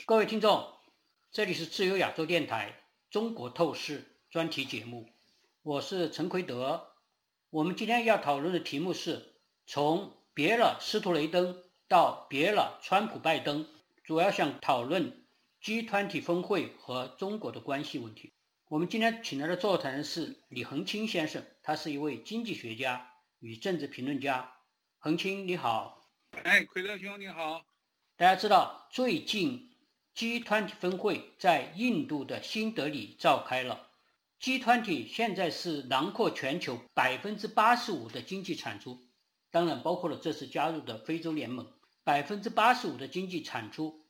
各位听众，这里是自由亚洲电台中国透视专题节目，我是陈奎德。我们今天要讨论的题目是从别了施图雷登到别了川普拜登，主要想讨论 G20 峰会和中国的关系问题。我们今天请来的座谈人是李恒清先生，他是一位经济学家与政治评论家。恒清你好。 奎德兄你好。 大家知道最近 G20 峰会在印度的新德里召开了。G20 现在是囊括全球 85% 的经济产出，当然包括了这次加入的非洲联盟。 85% 的经济产出，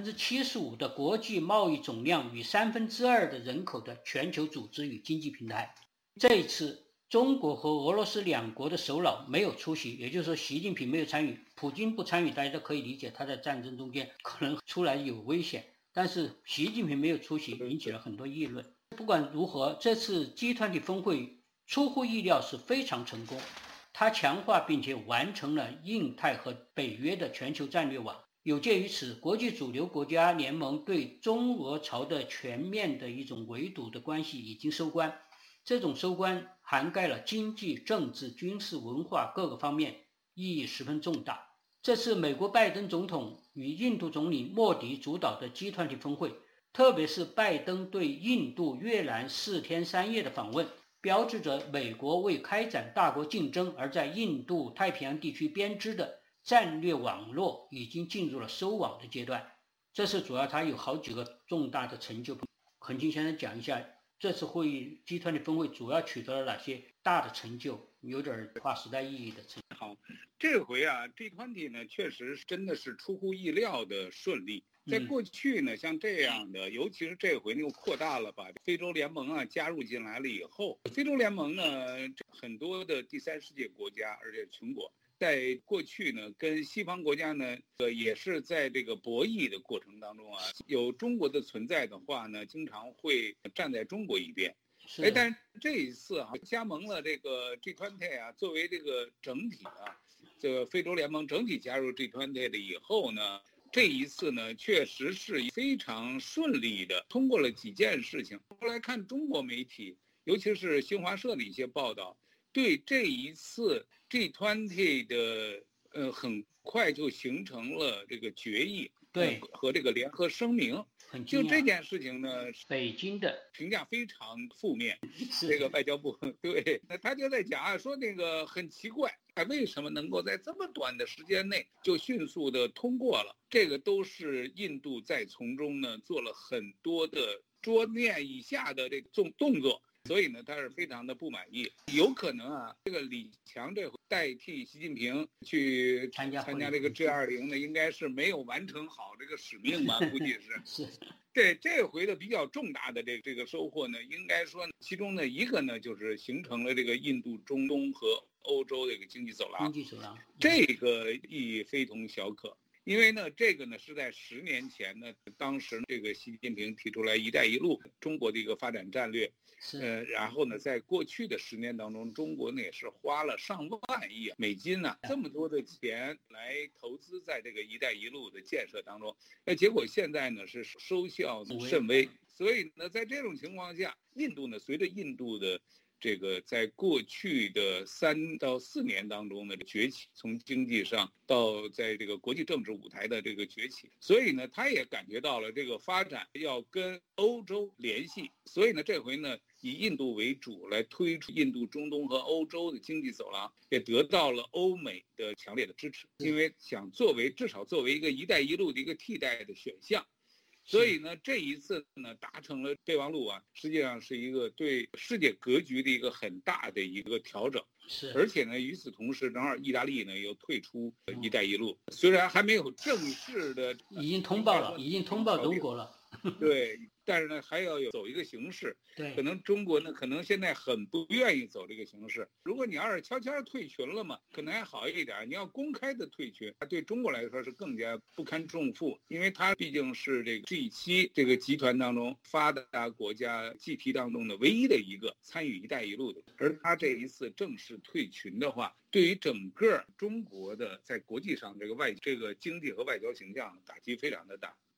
75% 的国际贸易总量与2/3的人口的全球组织与经济平台。这一次中国和俄罗斯两国的首脑没有出席，也就是说习近平没有参与。普京不参与大家都可以理解，他在战争中间可能出来有危险，但是习近平没有出席，引起了很多议论。不管如何，这次 G20 峰会出乎意料是非常成功，它强化并且完成了印太和北约的全球战略网。有鉴于此，国际主流国家联盟对中俄朝的全面的一种围堵的关系已经收官，这种收官涵盖了经济、政治、军事、文化各个方面，意义十分重大。这次美国拜登总统与印度总理莫迪主导的 G20 峰会，特别是拜登对印度、越南4天3夜的访问，标志着美国为开展大国竞争而在印度太平洋地区编织的战略网络已经进入了收网的阶段。这是主要它有好几个重大的成就。恒清先生讲一下这次会议 G20 峰会主要取得了哪些大的成就，有点划时代意义的成就。 好，这回G20 呢确实真的是出乎意料的顺利。在过去呢，像这样的，尤其是这回又扩大了，把非洲联盟加入进来了以后，非洲联盟呢很多的第三世界国家，而且穷国，在过去呢跟西方国家呢也是在这个博弈的过程当中有中国的存在的话呢，经常会站在中国一边。但是这一次加盟了这个 G20 作为这个整体这个非洲联盟整体加入 G20 的以后呢，这一次呢确实是非常顺利的通过了几件事情。后来看中国媒体，尤其是新华社的一些报道，对这一次 G20 的很快就形成了这个决议， 对， 和这个联合声明。就这件事情呢， 北京的评价非常负面。这个外交部对，那他就在讲说那个很奇怪，为什么能够在这么短的时间内就迅速的通过了？这个都是印度在从中呢做了很多的桌面以下的这种动作。所以呢，他是非常的不满意。有可能这个李强这回代替习近平去参加这个 G20 呢，应该是没有完成好这个使命吧，估计是。这回的比较重大的这个收获呢，应该说其中的一个呢，就是形成了这个印度、中东和欧洲的一个经济走廊。这个意义非同小可。因为呢，这个呢是在10年前呢，当时这个习近平提出来"一带一路"中国的一个发展战略，然后呢，在过去的10年当中，中国呢也是花了上万亿美金这么多的钱来投资在这个"一带一路"的建设当中，结果现在呢是收效甚微。所以呢，在这种情况下，印度呢，随着印度的这个在过去的3到4年当中的崛起，从经济上到在这个国际政治舞台的这个崛起，所以呢，他也感觉到了这个发展要跟欧洲联系，所以呢，这回呢，以印度为主来推出印度、中东和欧洲的经济走廊，也得到了欧美的强烈的支持，因为想至少作为一个"一带一路"的一个替代的选项。所以呢，这一次呢，达成了备忘录实际上是一个对世界格局的一个很大的一个调整。而且呢，与此同时，正好意大利呢又退出"一带一路"，虽然还没有正式的已经通报了，已经通报中国了。 对，但是呢，还要走一个形式。 对， 可能中国呢，可能现在很不愿意走这个形式。如果你要是悄悄退群了嘛，可能还好一点。你要公开的退群，对中国来说是更加不堪重负，因为它毕竟是这个 G7 这个集团当中发达国家 GT 当中的唯一的一个参与"一带一路"的。而它这一次正式退群的话，对于整个中国的在国际上这个经济和外交形象打击非常的大。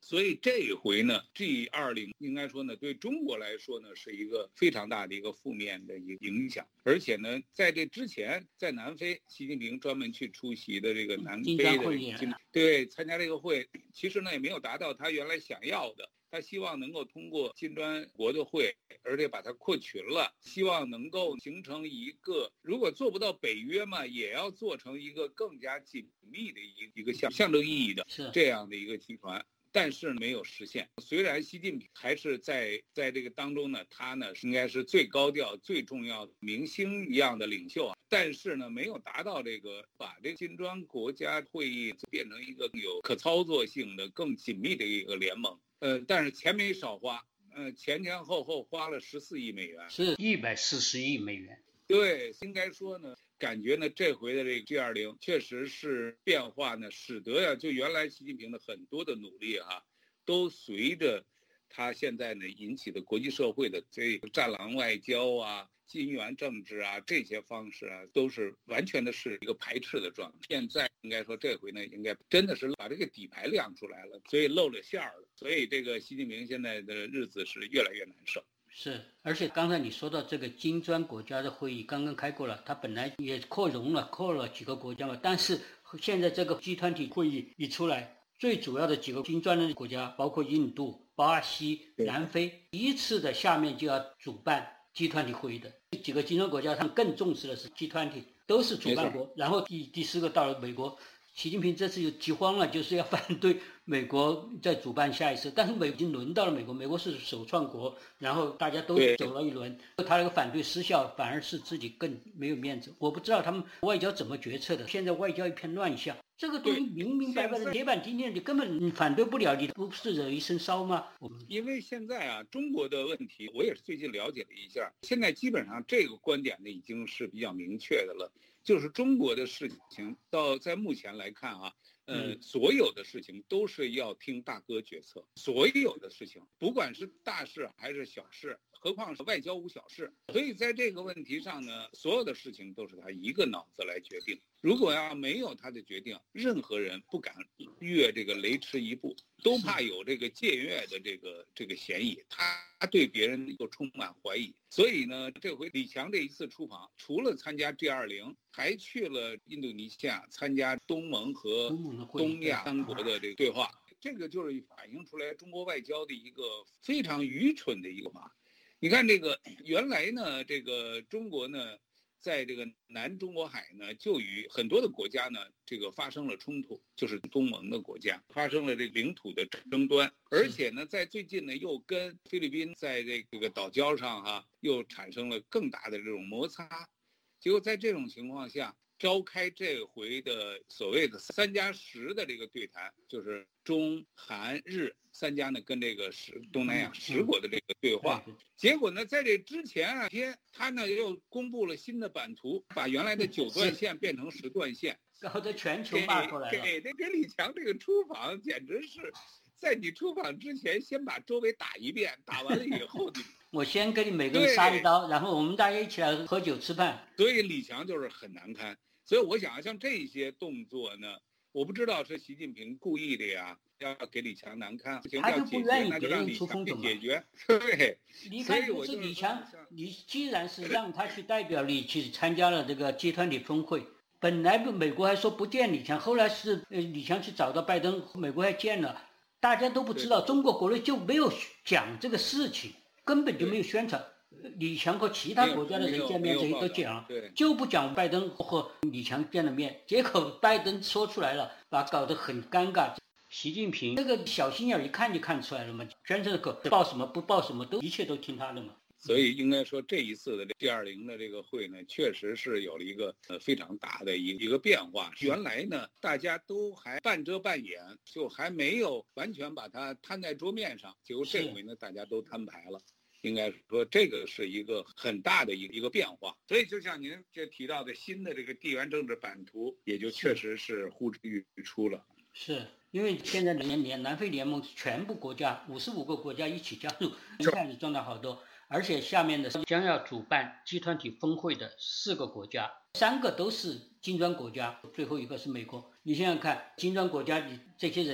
所以这一回呢 G20 应该说呢，对中国来说呢，是一个非常大的一个负面的一个影响。而且呢，在这之前，在南非，习近平专门去出席的这个南非的对参加这个会，其实呢也没有达到他原来想要的。他希望能够通过金砖国的会，而且把它扩群了，希望能够形成一个，如果做不到北约嘛，也要做成一个更加紧密的一个象征意义的这样的一个集团。但是没有实现。虽然习近平还是在这个当中呢，他呢应该是最高调、最重要的明星一样的领袖啊，但是呢没有达到这个把这个金砖国家会议变成一个有可操作性的、更紧密的一个联盟。但是钱没少花，前后花了14亿美元， 是140亿美元。 对，应该说呢。感觉呢，这回的这个 G20 确实是变化呢，使得呀，就原来习近平的很多的努力都随着他现在呢引起的国际社会的这个战狼外交啊、金元政治啊这些方式啊，都是完全的是一个排斥的状态。现在应该说这回呢，应该真的是把这个底牌亮出来了，所以露了馅儿了。所以这个习近平现在的日子是越来越难受。 是，而且刚才你说到这个金砖国家的会议刚刚开过了，它本来也扩了几个国家嘛，但是现在这个集团体会议一出来，最主要的几个金砖的国家，包括印度、巴西、南非，第一次的下面就要主办集团体会议的几个金砖国家，他们更重视的是集团体，都是主办国。然后第4个到了美国。习近平这次又急慌了，就是要反对美国再主办下一次，但是已经轮到了美国，美国是首创国，然后大家都走了一轮，他那个反对失效，反而是自己更没有面子。我不知道他们外交怎么决策的，现在外交一片乱象，这个东西明明白白的铁板钉钉，你根本反对不了，你不是惹一身骚吗？ 因为现在啊，中国的问题，我也是最近了解了一下，现在基本上这个观点呢已经是比较明确的了。就是中国的事情在目前来看啊，所有的事情都是要听大哥决策，所有的事情，不管是大事还是小事，何况是外交无小事。所以在这个问题上呢，所有的事情都是他一个脑子来决定。如果要没有他的决定，任何人不敢越这个雷池一步，都怕有这个僭越的这个嫌疑，他对别人又充满怀疑。所以呢，这回李强这一次出访，除了参加 G20，还去了印度尼西亚参加东盟和东亚3国的这个对话。这个就是反映出来中国外交的一个非常愚蠢的一个嘛。你看这个原来呢，这个中国呢，在这个南中国海呢，就与很多的国家呢，这个发生了冲突，就是东盟的国家发生了这个领土的争端，而且呢，在最近呢，又跟菲律宾在这个岛礁上又产生了更大的这种摩擦。结果在这种情况下，召开这回的所谓的3+10的这个对谈，就是中韩日3家呢跟这个东南亚10国的这个对话。结果呢，在这之前他呢又公布了新的版图，把原来的9段线变成10段线， 搞得全球骂出来了。 给李强这个出访，简直是在你出访之前先把周围打一遍，打完了以后我先给你每个人杀一刀，然后我们大家一起来喝酒吃饭。 所以李强就是很难堪。所以我想像这些动作呢，我不知道是习近平故意的呀，要给李强难堪， 他就不愿意别人出风头嘛。 解决。对， 你看，就是李强，你既然是让他去代表你去参加了这个集团体峰会，本来美国还说不见李强，后来是李强去找到拜登，美国还见了，大家都不知道，中国国内就没有讲这个事情，根本就没有宣传。李强和其他国家的人见面，这些都讲，就不讲拜登和李强见了面。结果拜登说出来了，把搞得很尴尬。习近平这个小心眼一看就看出来了嘛，全是个报什么不报什么，一切都听他的嘛。 所以应该说这一次的G20的这个会呢，确实是有了一个非常大的一个变化。原来呢，大家都还半遮半掩，就还没有完全把它摊在桌面上。结果这回呢，大家都摊牌了。应该说这个是一个很大的一个变化，所以就像您这提到的新的这个地缘政治版图，也就确实是呼之欲出了。 是因为现在南非联盟全部国家55个国家一起加入，一下子赚了好多，而且下面的将要主办集团体峰会的4个国家，3个都是金砖国家，最后一个是美国。你想想看，金砖国家你这些人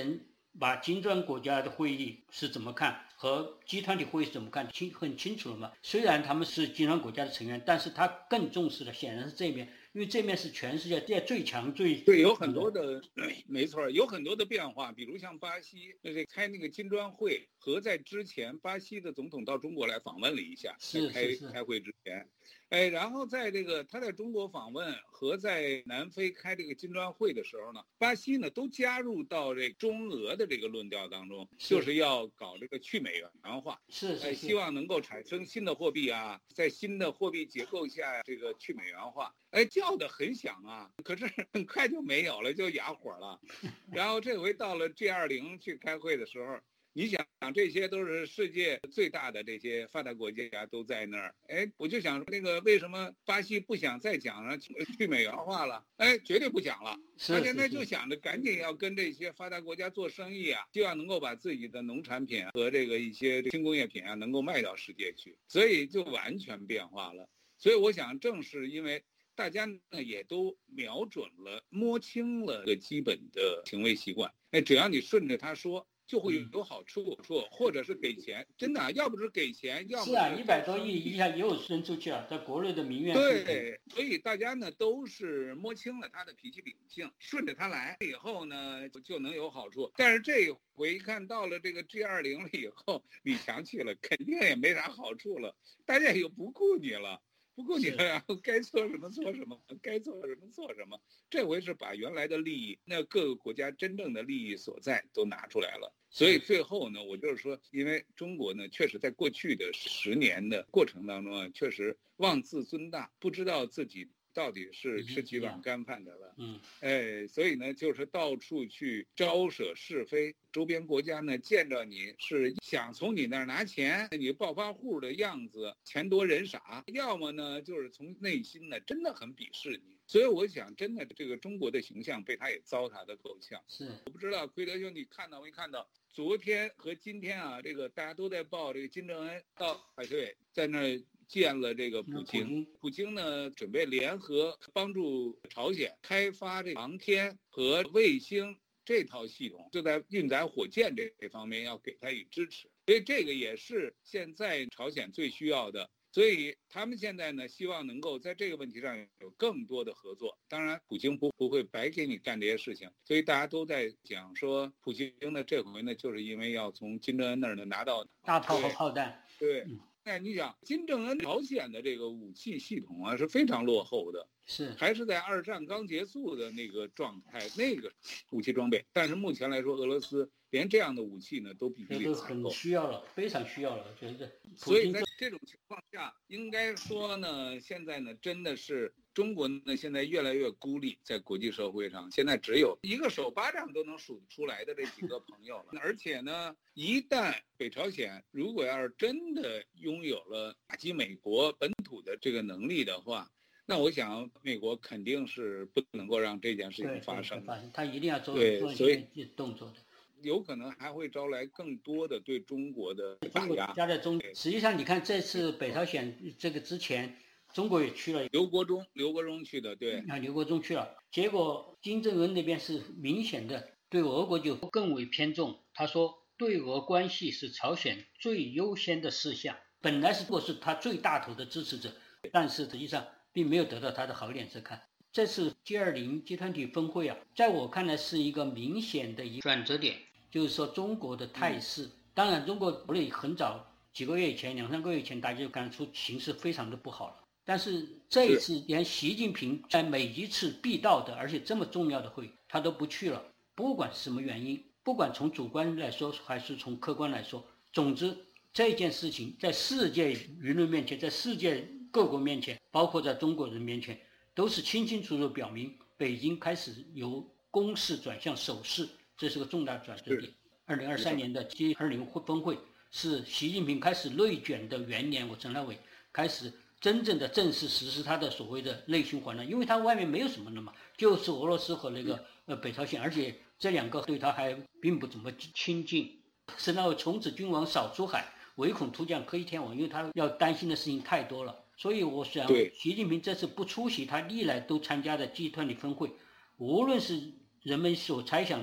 把金砖国家的会议是怎么看和集团体会议是怎么看很清楚了嘛。虽然他们是金砖国家的成员，但是他更重视的显然是这边，因为这面是全世界最强对，有很多的，没错，有很多的变化。比如像巴西开那个金砖会，和在之前巴西的总统到中国来访问了一下，开会之前，然后在这个他在中国访问和在南非开这个金砖会的时候呢，巴西呢都加入到这中俄的这个论调当中，就是要搞这个去美元化，希望能够产生新的货币啊，在新的货币结构下这个去美元化。叫得很响啊，可是很快就没有了，就哑火了。然后这回到了 G20 去开会的时候，你想这些都是世界最大的这些发达国家都在那儿，我就想那个为什么巴西不想再讲了去美元化了？绝对不讲了。他现在就想着赶紧要跟这些发达国家做生意啊，希望能够把自己的农产品和这个一些轻工业品啊能够卖到世界去，所以就完全变化了。所以我想正是因为大家呢也都瞄准了、摸清了个基本的行为习惯。只要你顺着他说，就会有好处，或者是给钱，真的，要不是给钱，要么是 100多亿一下又伸出去了，在国内的民怨。 对，所以大家呢都是摸清了他的脾气秉性，顺着他来以后呢就能有好处。但是这回看到了这个 G20 了以后，李强去了，肯定也没啥好处了，大家也不顾你了。然后该做什么做什么，该做什么做什么。这回是把原来的利益，那各个国家真正的利益所在都拿出来了。所以最后呢，我就是说，因为中国呢，确实在过去的10年的过程当中啊，确实妄自尊大，不知道自己到底是吃几碗干饭的了。所以呢，就是到处去招惹是非。周边国家呢，见着你是想从你那儿拿钱，你暴发户的样子，钱多人傻；要么呢，就是从内心呢，真的很鄙视你。所以我想，真的这个中国的形象被他也糟蹋的够呛。我不知道奎德兄，你看到没看到？昨天和今天啊，这个大家都在报这个金正恩到对，在那儿见了这个普京呢，准备联合帮助朝鲜开发这航天和卫星这套系统，就在运载火箭这方面要给他以支持，所以这个也是现在朝鲜最需要的。所以他们现在呢，希望能够在这个问题上有更多的合作。当然，普京不会白给你干这些事情，所以大家都在讲说，普京呢这回呢，就是因为要从金正恩那儿呢拿到大炮和炮弹。 对。你想，金正恩朝鲜的这个武器系统啊是非常落后的，还是在2战刚结束的那个状态，那个武器装备。但是目前来说，俄罗斯连这样的武器呢都必须得采购， 很需要了，非常需要了，我觉得。 所以在这种情况下，应该说呢，现在呢真的是中国呢现在越来越孤立，在国际社会上，现在只有一个手巴掌都能数出来的这几个朋友了。而且呢，一旦北朝鲜如果要是真的拥有了打击美国本土的这个能力的话，那我想美国肯定是不能够让这件事情发生， 他一定要做一些动作的。 有可能还会招来更多的对中国的打压。 加在中，实际上你看这次北朝鲜这个之前，中国也去了， 刘国中去的，对， 刘国中去了，结果金正恩那边是明显的对俄国就更为偏重，他说对俄关系是朝鲜最优先的事项，本来是他最大头的支持者，但是实际上并没有得到他的好脸色看。这次 G20 集团体峰会啊，在我看来是一个明显的一个转折点。就是说中国的态势，当然中国国内很早几个月以前2-3个月以前大家就看出形势非常的不好了，但是这一次连习近平在每一次必到的而且这么重要的会他都不去了，不管是什么原因，不管从主观来说还是从客观来说，总之这件事情在世界舆论面前，在世界各国面前，包括在中国人面前，都是清清楚楚表明北京开始由攻势转向守势，这是个重大转折点。2023年的 G20 峰会是习近平开始内卷的元年，我称它为开始真正的正式实施他的所谓的内循环了，因为他外面没有什么了嘛，就是俄罗斯和那个北朝鲜，而且这两个对他还并不怎么亲近，是那从此君王少出海，唯恐突降黑天王，因为他要担心的事情太多了。所以我想习近平这次不出席他历来都参加的G20峰会，无论是人们所猜想的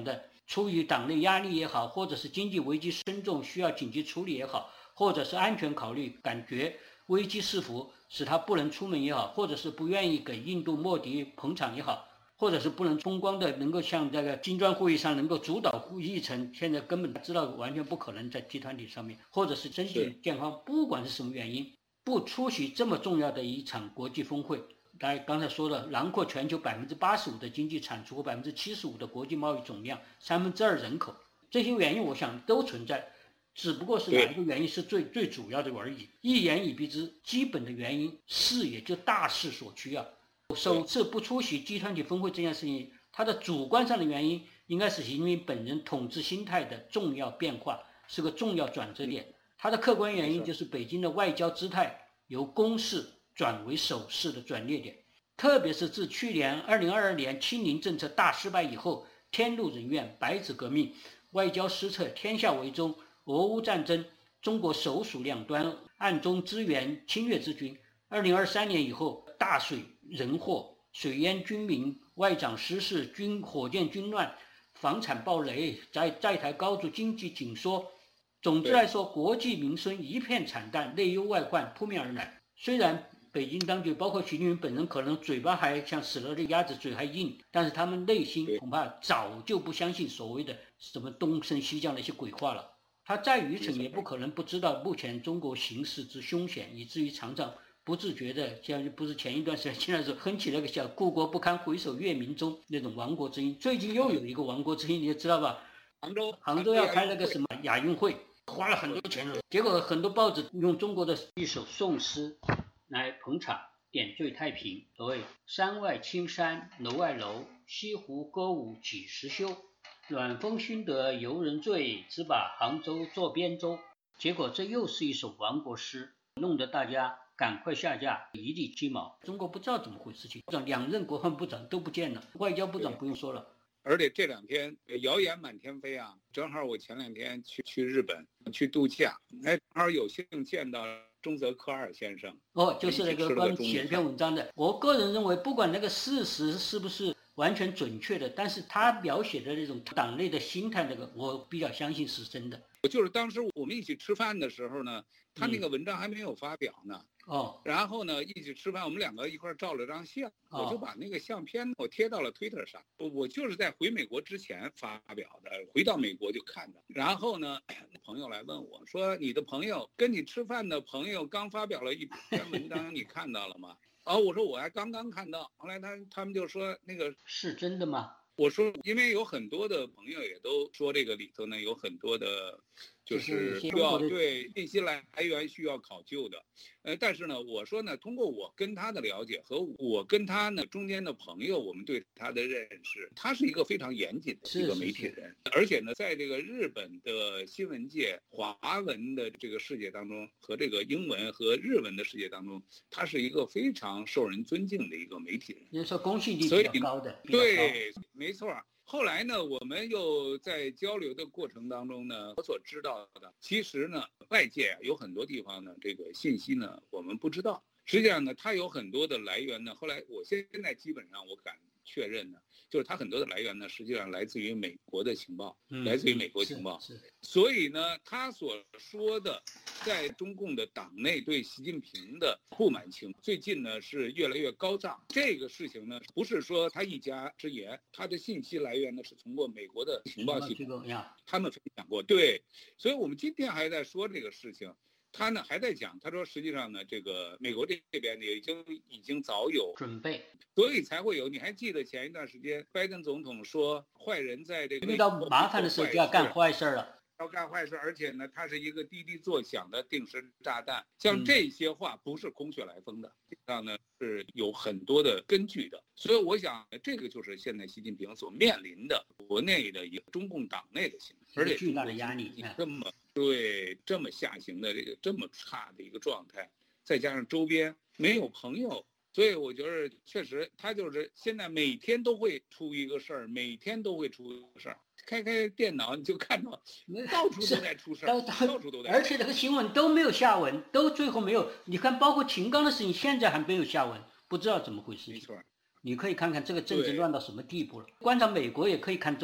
出于党内压力也好，或者是经济危机深重需要紧急处理也好，或者是安全考虑感觉危机四伏使他不能出门也好，或者是不愿意给印度莫迪捧场也好，或者是不能风光的能够像这个金砖会议上能够主导议程，现在根本知道完全不可能在集团体上面，或者是身体健康，不管是什么原因，不出席这么重要的一场国际峰会。大家刚才说了，囊括全球85%的经济产出和75%的国际贸易总量，2/3人口，这些原因我想都存在，只不过是哪一个原因是最主要的而已。一言以蔽之，基本的原因是也就大势所趋啊。首次不出席集团体峰会这件事情，它的主观上的原因应该是习近平本人统治心态的重要变化，是个重要转折点。它的客观原因就是北京的外交姿态由攻势转为守势的转捩点，特别是自去年2022年清零政策大失败以后，天怒人怨，白纸革命，外交失策，天下为中，俄乌战争，中国首鼠两端，暗中支援侵略之军。2023年以后，大水人祸，水淹军民，外长失事，火箭军乱，房产暴雷，在台高筑，经济紧缩。总之来说，国计民生一片惨淡，内忧外患扑面而来。虽然北京当局包括习近平本人可能嘴巴还像死了的鸭子嘴还硬，但是他们内心恐怕早就不相信所谓的什么东升西降的一些鬼话了。他再愚蠢也不可能不知道目前中国形势之凶险，以至于常常不自觉的，像不是前一段时间现在是哼起那个叫故国不堪回首月明中那种亡国之音。最近又有一个亡国之音，你就知道吧，杭州要开那个什么亚运会，花了很多钱了，结果很多报纸用中国的一首宋诗来捧场，点缀太平。所谓山外青山楼外楼，西湖歌舞几时休？暖风熏得游人醉，只把杭州作边州。结果这又是一首亡国诗，弄得大家赶快下架，一地鸡毛。中国不知道怎么回事情，两任国防部长都不见了，外交部长不用说了。 而且这2天谣言满天飞啊！正好我前2天去日本去度假，正好有幸见到中泽克二先生。 就是那个关于写了篇文章的。我个人认为，不管那个事实是不是完全准确的，但是他描写的那种党内的心态，那个我比较相信是真的。 就是当时我们一起吃饭的时候呢，他那个文章还没有发表呢。然后呢，一起吃饭，我们2个一块照了张相，我就把那个相片我贴到了 Twitter 上。我就是在回美国之前发表的，回到美国就看的。然后呢，朋友来问我说：“你的朋友跟你吃饭的朋友刚发表了一篇文章，你看到了吗？”我说我还刚刚看到。后来他们就说那个是真的吗？ 我说，因为有很多的朋友也都说这个里头呢有很多的，就是需要对信息来源需要考究的。但是呢，我说呢，通过我跟他的了解和我跟他呢中间的朋友，我们对他的认识，他是一个非常严谨的一个媒体人，而且呢，在这个日本的新闻界、华文的这个世界当中，和这个英文和日文的世界当中，他是一个非常受人尊敬的一个媒体人。 也说公信力比较高的。 对，没错。后来呢，我们又在交流的过程当中呢，我所知道的，其实呢，外界有很多地方呢，这个信息呢，我们不知道。实际上呢，它有很多的来源呢。后来我现在基本上我敢确认呢，就是它很多的来源呢，实际上来自于美国的情报，来自于美国情报。所以呢，他所说的在中共的党内对习近平的不满情，最近呢是越来越高涨。这个事情呢，不是说他一家之言，他的信息来源呢是通过美国的情报系统，他们分享过。对，所以我们今天还在说这个事情。他呢还在讲，他说实际上呢，这个美国这边呢已经早有准备， 所以才会有。你还记得前一段时间拜登总统说，坏人在这个遇到麻烦的时候就要干坏事了。 要干坏事，而且呢，它是一个滴滴作响的定时炸弹。像这些话不是空穴来风的，实际上呢是有很多的根据的。所以我想，这个就是现在习近平所面临的国内的一个中共党内的形势，而且巨大的压力， 这么下行的这么差的一个状态，再加上周边没有朋友。所以我觉得确实，他就是现在每天都会出一个事儿，每天都会出一个事儿。开电脑你就看到到处都在出事儿，到处都在。 而且这个新闻都没有下文，都最后没有。你看，包括秦刚的事情，现在还没有下文，不知道怎么回事。 没错。 你可以看看这个政治乱到什么地步了。观察美国也可以看中国，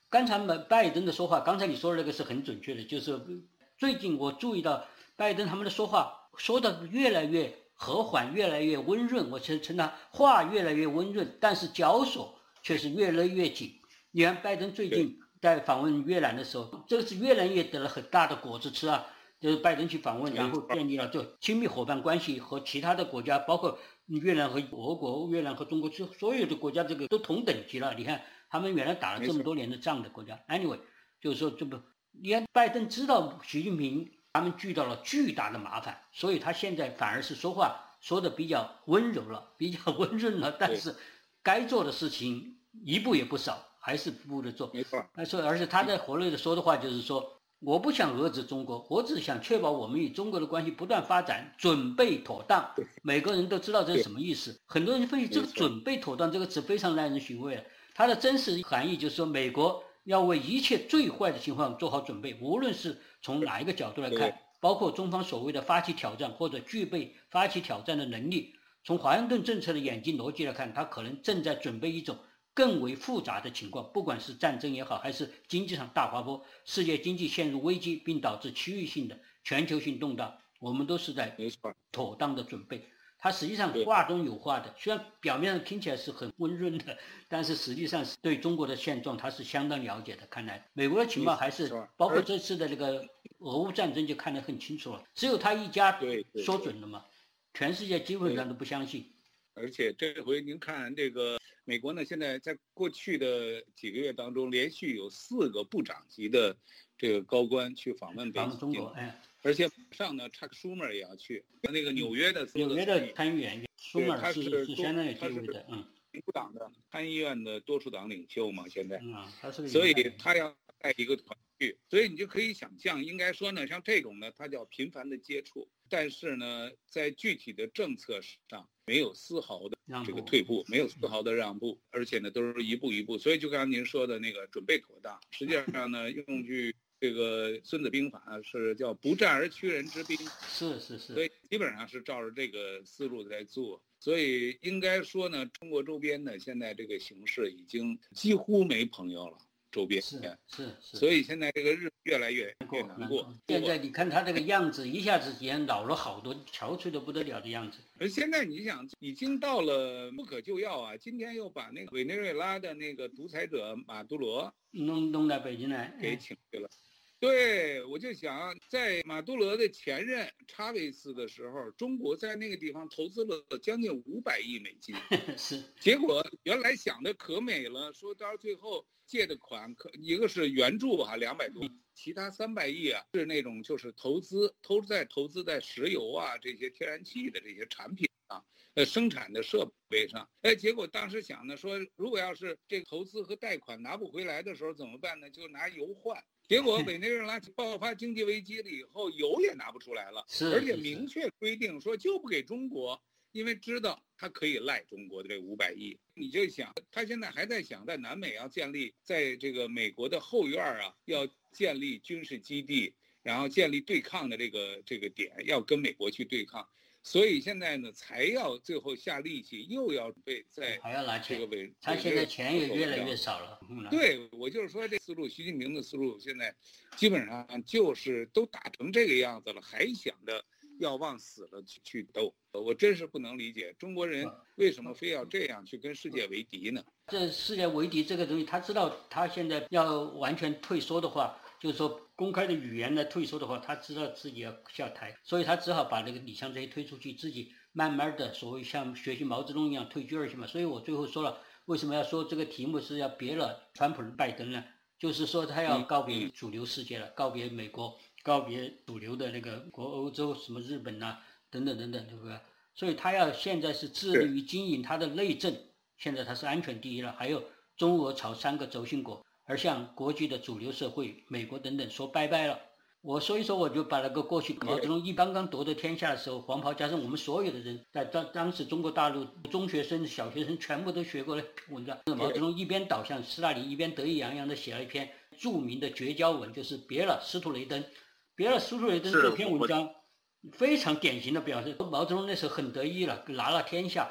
刚才拜登的说话，刚才你说的那个是很准确的，就是最近我注意到拜登他们的说话说的越来越和缓，越来越温润，我称他话越来越温润，但是交手却是越勒越紧。你看拜登最近在访问越南的时候，这个是越南也得了很大的果子吃啊，就是拜登去访问，然后建立了就亲密伙伴关系，和其他的国家，包括越南和俄国、越南和中国，所有的国家这个都同等级了。你看他们原来打了这么多年的仗的国家 ，anyway， 就是说这不，你看拜登知道习近平他们遇到了巨大的麻烦，所以他现在反而是说话说的比较温柔了，比较温润了，但是该做的事情一步也不少。还是步步的做， 没错。 而且他在国内的说的话就是说，我不想遏制中国，我只想确保我们与中国的关系不断发展，准备妥当。每个人都知道这是什么意思。很多人分析这个“准备妥当”这个词非常耐人寻味。它的真实含义就是说，美国要为一切最坏的情况做好准备，无论是从哪一个角度来看，包括中方所谓的发起挑战或者具备发起挑战的能力。从华盛顿政策的演进逻辑来看，他可能正在准备一种更为复杂的情况，不管是战争也好，还是经济上大滑坡，世界经济陷入危机，并导致区域性的全球性动荡，我们都是在妥当的准备。他实际上话中有话的，虽然表面上听起来是很温润的，但是实际上是对中国的现状他是相当了解的。看来美国的情报还是包括这次的这个俄乌战争就看得很清楚了，只有他一家说准了嘛，全世界基本上都不相信。 而且这回您看这个美国呢，现在在过去的几个月当中，连续有4个部长级的这个高官去访问北京， 中国， 而且马上呢，查克舒默也要去。那个纽约的参议员舒默是相当有地位的， 民主党的参议院的多数党领袖嘛，现在， 所以他要带一个团去，所以你就可以想象，应该说呢，像这种呢，它叫频繁的接触，但是呢，在具体的政策上没有丝毫的这个退步，没有丝毫的让步，而且呢，都是一步一步。所以就刚刚您说的那个准备妥当，实际上呢，用句这个《孙子兵法》是叫不战而屈人之兵， 是。 所以基本上是照着这个思路在做。所以应该说呢，中国周边呢，现在这个形势已经几乎没朋友了。周边是， 所以现在这个日子越来越难过。 现在你看他这个样子，一下子也老了好多，憔悴的不得了的样子。 而现在你想，已经到了不可救药啊！今天又把那个委内瑞拉的那个独裁者马杜罗弄到北京来， 给请去了。对，我就想，在马杜罗的前任查韦斯的时候，中国在那个地方投资了将近500亿美金， 是。 结果原来想的可美了，说到最后借的款一个是援助200多，其他300亿是那种就是投资在石油这些天然气的这些产品上，生产的设备上。结果当时想呢，说如果要是这个投资和贷款拿不回来的时候怎么办呢？就拿油换。结果委内瑞拉爆发经济危机了以后，油也拿不出来了，而且明确规定说就不给中国，因为知道他可以赖中国的这500亿。你就想，他现在还在想在南美要建立，在这个美国的后院要建立军事基地，然后建立对抗的这个点，要跟美国去对抗。所以现在呢，才要最后下力气，又要被在还要拿钱， 这个他现在钱也越来越少了。 对，我就是说这思路，习近平的思路现在基本上就是都打成这个样子了，还想着要往死了去斗，我真是不能理解中国人为什么非要这样去跟世界为敌呢？ 这世界为敌这个东西，他知道他现在要完全退缩的话，就是说公开的语言来退缩的话，他知道自己要下台，所以他只好把那个李强这些推出去，自己慢慢的所谓像学习毛泽东一样退居二线嘛。所以我最后说了，为什么要说这个题目是要别了川普拜登呢？就是说他要告别主流世界了，告别美国，告别主流的那个欧洲什么日本等等，对不对？所以他要现在是致力于经营他的内政，现在他是安全第一了，还有中俄朝3个轴心国，而向国际的主流社会美国等等说拜拜了。我说一说，我就把那个过去毛泽东一刚刚夺得天下的时候，黄袍加身，我们所有的人在当时中国大陆中学生小学生全部都学过了文章。毛泽东一边倒向斯大林，一边得意洋洋地写了一篇著名的绝交文，就是别了司徒雷登。别了司徒雷登这篇文章非常典型的表示毛泽东那时候很得意了，拿了天下，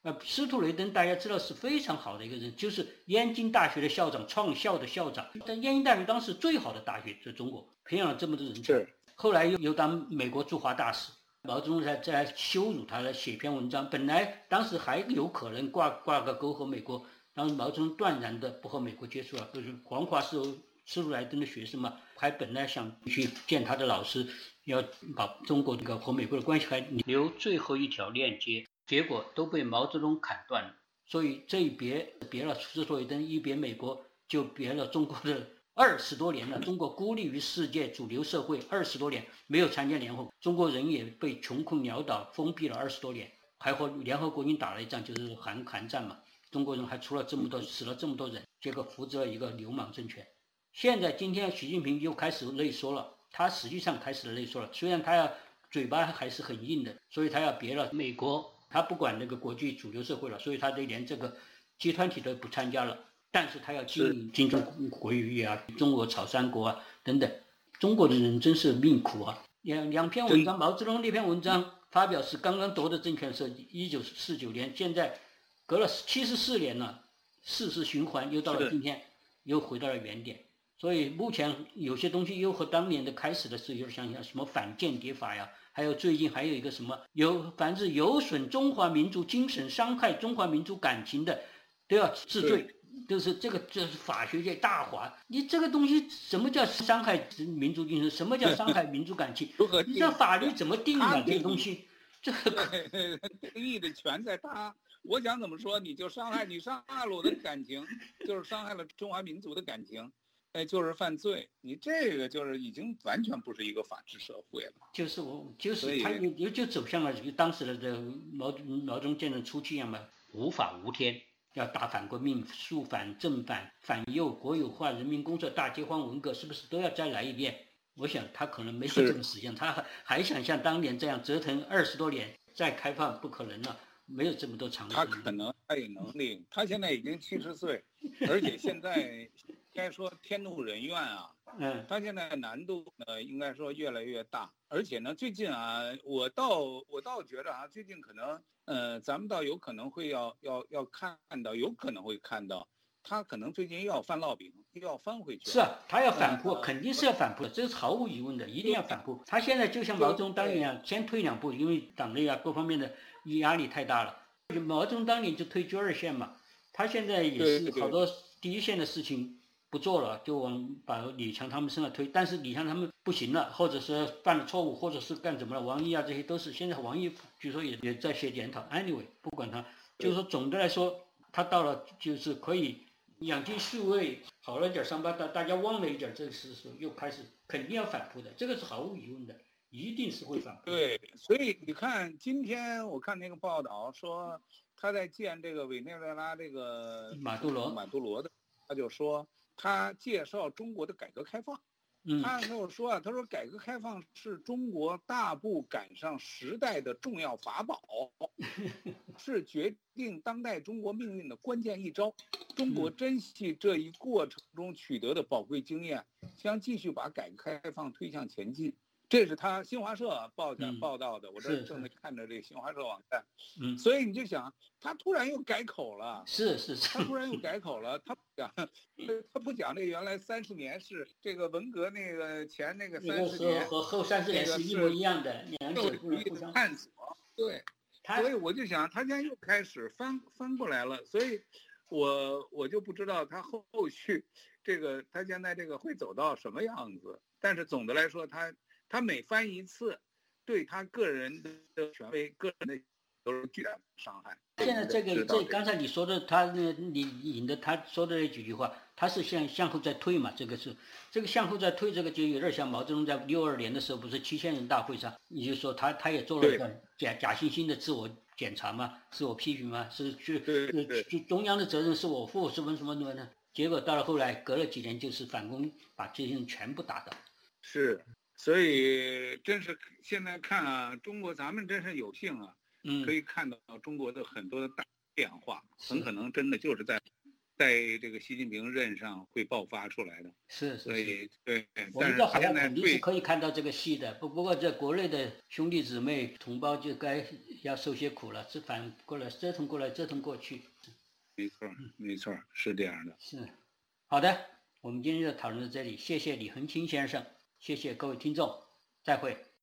司徒雷登大家知道是非常好的一个人，就是燕京大学的校长，创校的校长。但燕京大学当时最好的大学在中国，培养了这么多人才。后来又当美国驻华大使，毛泽东在羞辱他，来写篇文章。本来当时还有可能挂个钩和美国，然后毛泽东断然的不和美国接触了。就是黄华是司徒雷登的学生嘛，还本来想去见他的老师，要把中国这个和美国的关系还留最后一条链接。结果都被毛泽东砍断了，所以这一别了司徒雷登，一别美国，就别了中国的20多年了。中国孤立于世界主流社会20多年，没有参加联合国，中国人也被穷困潦倒，封闭了20多年，还和联合国军打了一仗，就是韩战嘛。中国人还出了这么多，死了这么多人，结果扶植了一个流氓政权。今天习近平又开始内缩了，他实际上开始内缩了，虽然他嘴巴还是很硬的，所以他要别了美国。他不管那个国际主流社会了，所以他连这个集团体都不参加了。但是他要经营精忠国语啊，中国草三国啊等等。中国的人真是命苦啊！两篇文章，毛泽东那篇文章发表是刚刚夺得政权的时候，1949年，现在隔了74年了，世事循环，又到了今天，又回到了原点。所以目前有些东西又和当年的开始的时候有点像什么反间谍法呀。还有最近还有一个什么凡是有损中华民族精神、伤害中华民族感情的，都要治罪。就是这是法学界大哗。你这个东西什么叫伤害民族精神？什么叫伤害民族感情？你这法律怎么定啊？这个东西，这个定义的全在他。我想怎么说，你伤害了我的感情，就是伤害了中华民族的感情。就是犯罪，你这个就是已经完全不是一个法治社会了。 就是他就走向了当时的这毛泽东建政初期一样嘛，无法无天，要打反革命、肃反、正反、反右、国有化、人民公社、大饥荒、文革，是不是都要再来一遍？我想他可能没有这个时间，他还想像当年这样折腾20多年再开放，不可能了，没有这么多长时间。 他有能力，他现在已经70岁，而且现在。该说天怒人怨啊，他现在难度呢，应该说越来越大，而且呢，最近啊，我倒觉得啊，最近可能，咱们倒有可能会要看到，有可能会看到，他可能最近又要翻烙饼，又要翻回去。 是啊，他要反扑，肯定是要反扑的，这是毫无疑问的，一定要反扑。他现在就像毛泽东当年先退2步，因为党内啊各方面的压力太大了。毛泽东当年就退居2线嘛，他现在也是好多第一线的事情。不做了，就把李强他们身上推，但是李强他们不行了，或者是犯了错误，或者是干什么了，王毅啊这些都是现在王毅据说也在写检讨。Anyway， 不管他，就是说总的来说，他到了就是可以养精蓄锐，好了点伤疤，大家忘了一点，这个时候又开始肯定要反扑的，这个是毫无疑问的，一定是会反扑。 对，所以你看今天我看那个报道说他在见这个委内瑞拉这个马杜罗的，他就说。他介绍中国的改革开放，他跟我说啊，他说改革开放是中国大步赶上时代的重要法宝，是决定当代中国命运的关键一招。中国珍惜这一过程中取得的宝贵经验，将继续把改革开放推向前进。这是他新华社报道的，我这正在看着这新华社网站。所以你就想，他突然又改口了。 是， 他突然又改口了。他不讲这原来30年是这个文革那个前那个30年和后30年是一模一样的，两者不能互相探索。对，所以我就想，他现在又开始翻过来了。所以我就不知道他后续他现在这个会走到什么样子。但是总的来说，他每翻一次，对他个人的权威、个人的都是巨大的伤害。 现在这刚才你说的，你引的他说的那几句话，他是向后在退嘛？这个向后在退，这个就有点像毛泽东在62年的时候，不是7000人大会上，你就说他也做了一个假惺惺的自我检查嘛，自我批评嘛，是去中央的责任是我负，什么呢？结果到了后来，隔了几年就是反攻，把这些人全部打倒。 是。所以真是现在看啊，中国咱们真是有幸啊，可以看到中国的很多的大变化，很可能真的就是在在这个习近平任上会爆发出来的。 是， 所以对， 我们在海外肯定是可以看到这个戏的，不过在国内的兄弟姊妹同胞就要受些苦了，反过来折腾过来折腾过去。 没错，没错，是这样的。 是，好的，我们今天就讨论到这里，谢谢李恒清先生，谢谢各位听众，再会。